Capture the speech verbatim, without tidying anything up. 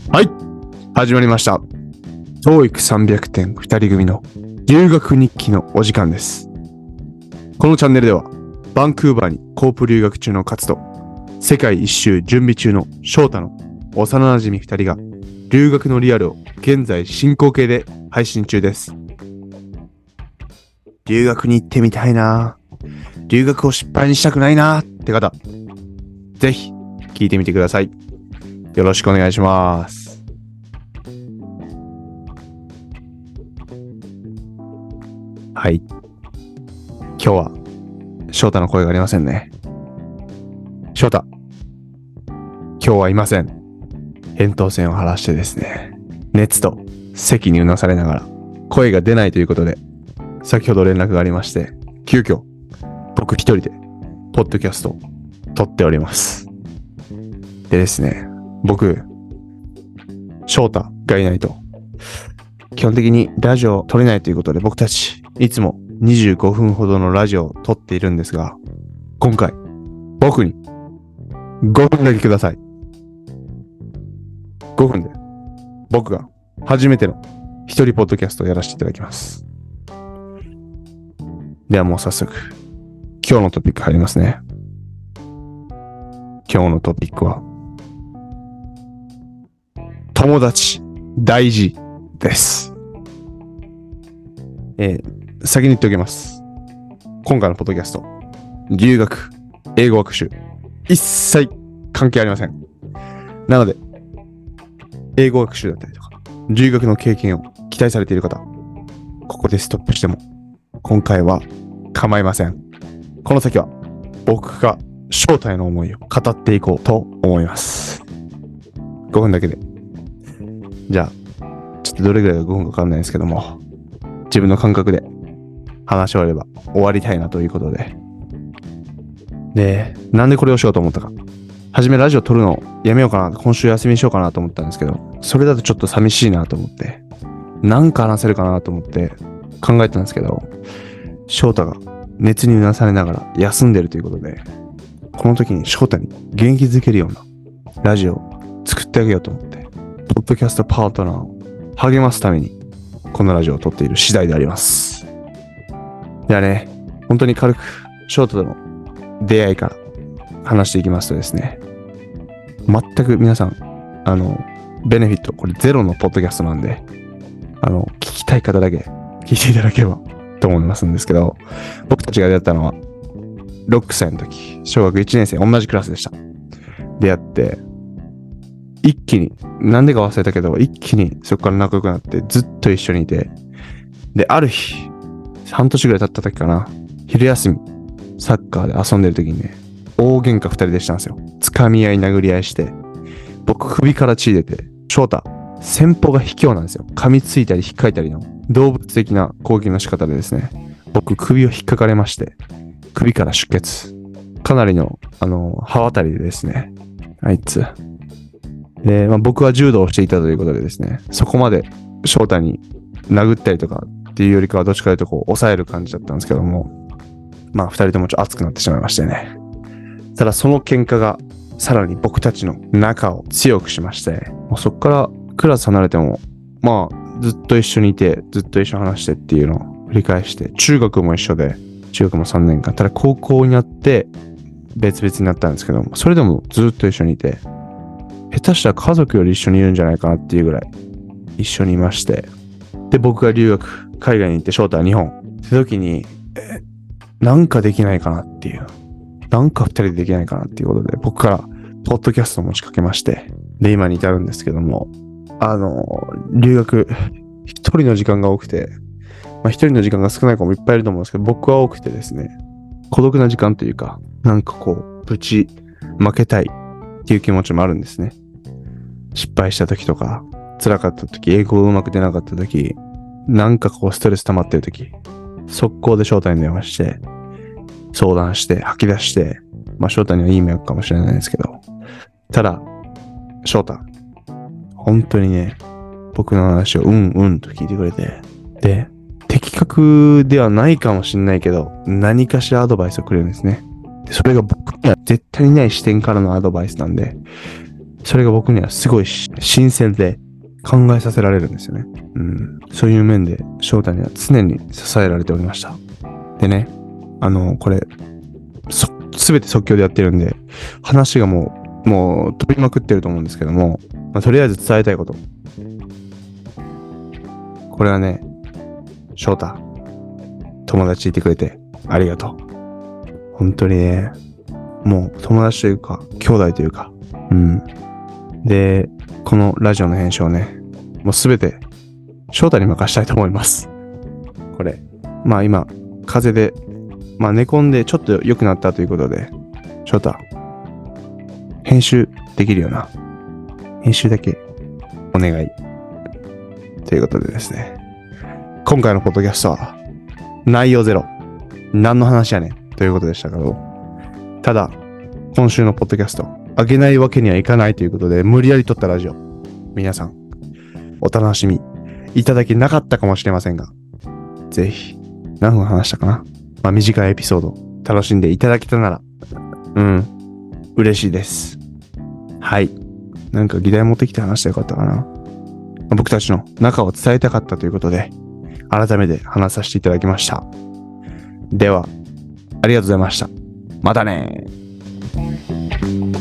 はい、始まりました。トーイックさんびゃくてんふたり組の留学日記のお時間です。このチャンネルではバンクーバーにコープ留学中の勝と世界一周準備中の翔太の幼馴染ふたりが留学のリアルを現在進行形で配信中です。留学に行ってみたいな、留学を失敗にしたくないなって方、ぜひ聞いてみてください。よろしくお願いします。はい。今日は翔太の声がありませんね。翔太、今日はいません。扁桃腺を晴らしてですね、熱と咳にうなされながら声が出ないということで、先ほど連絡がありまして、急遽僕一人でポッドキャストを撮っております。でですね、僕翔太がいないと基本的にラジオを撮れないということで、僕たちいつもにじゅうごふんほどのラジオを撮っているんですが、今回僕にごふんだけください。ごふんで僕が初めての一人ポッドキャストをやらせていただきます。ではもう早速今日のトピック入りますね。今日のトピックは友達大事です。えー、先に言っておきます。今回のポッドキャスト、留学、英語学習、一切関係ありません。なので、英語学習だったりとか、留学の経験を期待されている方、ここでストップしても、今回は構いません。この先は、僕が翔太への思いを語っていこうと思います。ごふんだけで。じゃあ、ちょっとどれぐらいがごふんかわかんないですけども、自分の感覚で話し終われば終わりたいなということで。で、なんでこれをしようと思ったか。はじめラジオ撮るのやめようかな、今週休みにしようかなと思ったんですけど、それだとちょっと寂しいなと思って、なんか話せるかなと思って考えたんですけど、翔太が熱にうなされながら休んでるということで、この時に翔太に元気づけるようなラジオを作ってあげようと思って、ポッドキャストパートナーを励ますためにこのラジオを撮っている次第であります。ではね、本当に軽く翔太との出会いから話していきますとですね、全く皆さんあのベネフィットこれゼロのポッドキャストなんで、あの聞きたい方だけ聞いていただければと思いますんですけど、僕たちが出会ったのはろくさいの時、小学いちねん生、同じクラスでした。出会って一気に、なんでか忘れたけど、一気にそこから仲良くなってずっと一緒にいて、で、ある日、半年ぐらい経った時かな、昼休み、サッカーで遊んでる時にね、大喧嘩二人でしたんですよ。掴み合い、殴り合いして、僕首から血出て、翔太、戦法が卑怯なんですよ。噛みついたり引っかいたりの動物的な攻撃の仕方でですね、僕首を引っかかれまして、首から出血。かなりの、あの、刃渡りでですね、あいつ、で、まあ、僕は柔道をしていたということでですね、そこまで翔太に殴ったりとかっていうよりかはどっちかというとこう抑える感じだったんですけども、まあ二人ともちょっと熱くなってしまいましてね。ただその喧嘩がさらに僕たちの仲を強くしまして、もうそこからクラス離れてもまあずっと一緒にいて、ずっと一緒に話してっていうのを繰り返して、中学も一緒で、中学もさんねんかん、ただ高校になって別々になったんですけども、それでもずっと一緒にいて、下手したら家族より一緒にいるんじゃないかなっていうぐらい一緒にいまして、で僕が留学海外に行って翔太は日本って時に、えなんかできないかなっていう、なんか二人でできないかなっていうことで僕からポッドキャストを持ちかけまして、で今に至るんですけども、あの留学一人の時間が多くて、まあ一人の時間が少ない子もいっぱいいると思うんですけど、僕は多くてですね、孤独な時間というか、なんかこうぶち負けたいっていう気持ちもあるんですね。失敗した時とか、辛かった時、英語がうまく出なかった時、なんかこうストレス溜まってる時、速攻で翔太に電話して、相談して、吐き出して、まあ翔太にはいい迷惑かもしれないですけど、ただ、翔太、本当にね、僕の話をうんうんと聞いてくれて、で、的確ではないかもしれないけど、何かしらアドバイスをくれるんですね。でそれが僕には絶対にない視点からのアドバイスなんで、 それが僕にはすごい新鮮で考えさせられるんですよね。うん。そういう面で翔太には常に支えられておりました。でね、あの、これ、そ、すべて即興でやってるんで、話がもう、もう飛びまくってると思うんですけども、まあ、とりあえず伝えたいこと。これはね、翔太、友達いてくれてありがとう。本当にね、もう友達というか、兄弟というか、うん。で、このラジオの編集をね、もうすべて翔太に任したいと思います。これ、まあ今、風邪で、まあ寝込んでちょっと良くなったということで、翔太、編集できるよな。編集だけお願い。ということでですね、今回のポッドキャストは内容ゼロ。何の話やねんということでしたけど、ただ、今週のポッドキャスト、あげないわけにはいかないということで、無理やり撮ったラジオ。皆さん、お楽しみいただけなかったかもしれませんが、ぜひ、何分話したかな？まあ短いエピソード、楽しんでいただけたなら、うん、嬉しいです。はい。なんか議題持ってきて話したらよかったかな。僕たちの仲を伝えたかったということで、改めて話させていただきました。では、ありがとうございました。またねー。